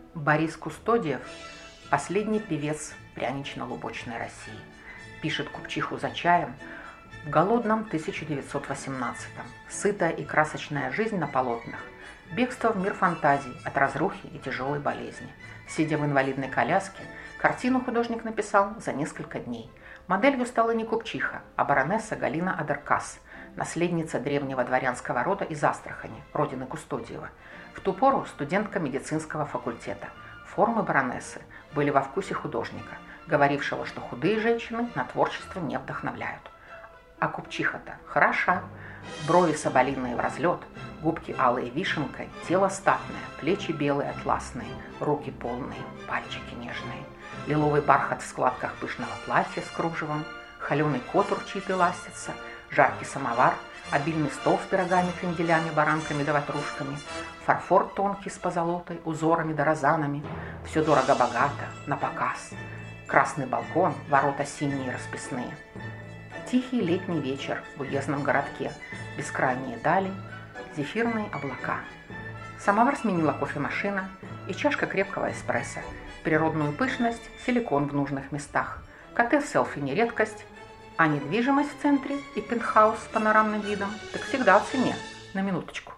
Борис Кустодиев – последний певец прянично-лубочной России. Пишет купчиху за чаем в голодном 1918-м. Сытая и красочная жизнь на полотнах. Бегство в мир фантазий от разрухи и тяжелой болезни. Сидя в инвалидной коляске, картину художник написал за несколько дней. Моделью стала не купчиха, а баронесса Галина Адеркас, наследница древнего дворянского рода из Астрахани, родины Кустодиева. В ту пору студентка медицинского факультета. Формы баронессы были во вкусе художника, говорившего, что худые женщины на творчество не вдохновляют. А купчиха-то хороша. Брови соболиные в разлет, губки алые вишенкой, тело статное, плечи белые атласные, руки полные, пальчики нежные. Лиловый бархат в складках пышного платья с кружевом, холеный кот урчит и ластится, жаркий самовар, обильный стол с пирогами, кренделями, баранками да ватрушками, фарфор тонкий с позолотой, узорами да розанами. Все дорого-богато, на показ. Красный балкон, ворота синие расписные. Тихий летний вечер в уездном городке, бескрайние дали, зефирные облака. Самовар сменила кофемашина и чашка крепкого эспрессо. Природную пышность, силикон в нужных местах. Коты в селфи не редкость, а недвижимость в центре и пентхаус с панорамным видом так всегда в цене. На минуточку.